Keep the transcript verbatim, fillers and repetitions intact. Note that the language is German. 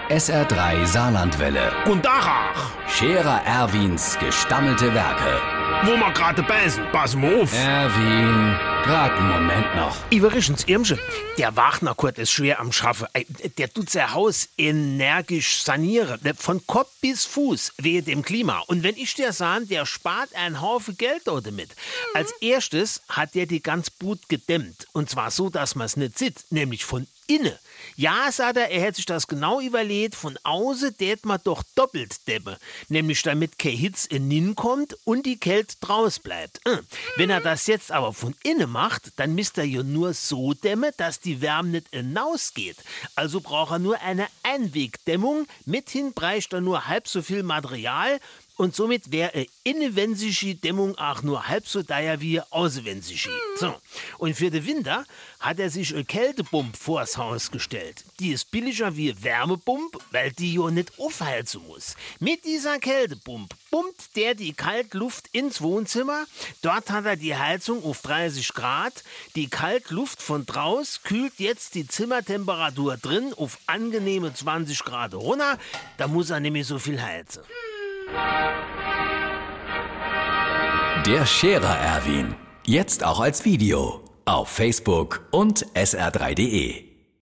S R drei Saarlandwelle. Guten Tag. Scherer Erwins gestammelte Werke. Wo wir gerade beißen, pass mal auf. Erwin, grad einen Moment noch. Übrigens, Irmsche, der Wagner Kurt ist schwer am Schaffen. Der tut sein Haus energisch sanieren. Von Kopf bis Fuß, wehe dem Klima. Und wenn ich dir sage, der spart einen Haufen Geld damit. Als erstes hat der die ganz Brut gedämmt. Und zwar so, dass man es nicht sieht, nämlich von innen. Ja, sagt er, er hätte sich das genau überlegt, von außen tät man doch doppelt dämme. Nämlich damit kein Hitz innen kommt und die Kälte draus bleibt. Wenn er das jetzt aber von innen macht, dann misst er ja nur so dämme, dass die Wärme nicht hinausgeht. Also braucht er nur eine Einwegdämmung, mithin bräucht er nur halb so viel Material. Und somit wäre eine innenwensische Dämmung auch nur halb so teuer wie eine außenwensische. So. Und für den Winter hat er sich eine Kältepumpe vors Haus gestellt. Die ist billiger wie eine Wärmepumpe, weil die ja nicht aufheizen muss. Mit dieser Kältepumpe pumpt der die Kaltluft ins Wohnzimmer. Dort hat er die Heizung auf dreißig Grad. Die Kaltluft von draus kühlt jetzt die Zimmertemperatur drin auf angenehme zwanzig Grad runter. Da muss er nicht mehr so viel heizen. Der Scherer Erwin. Jetzt auch als Video. Auf Facebook und S R drei punkt de.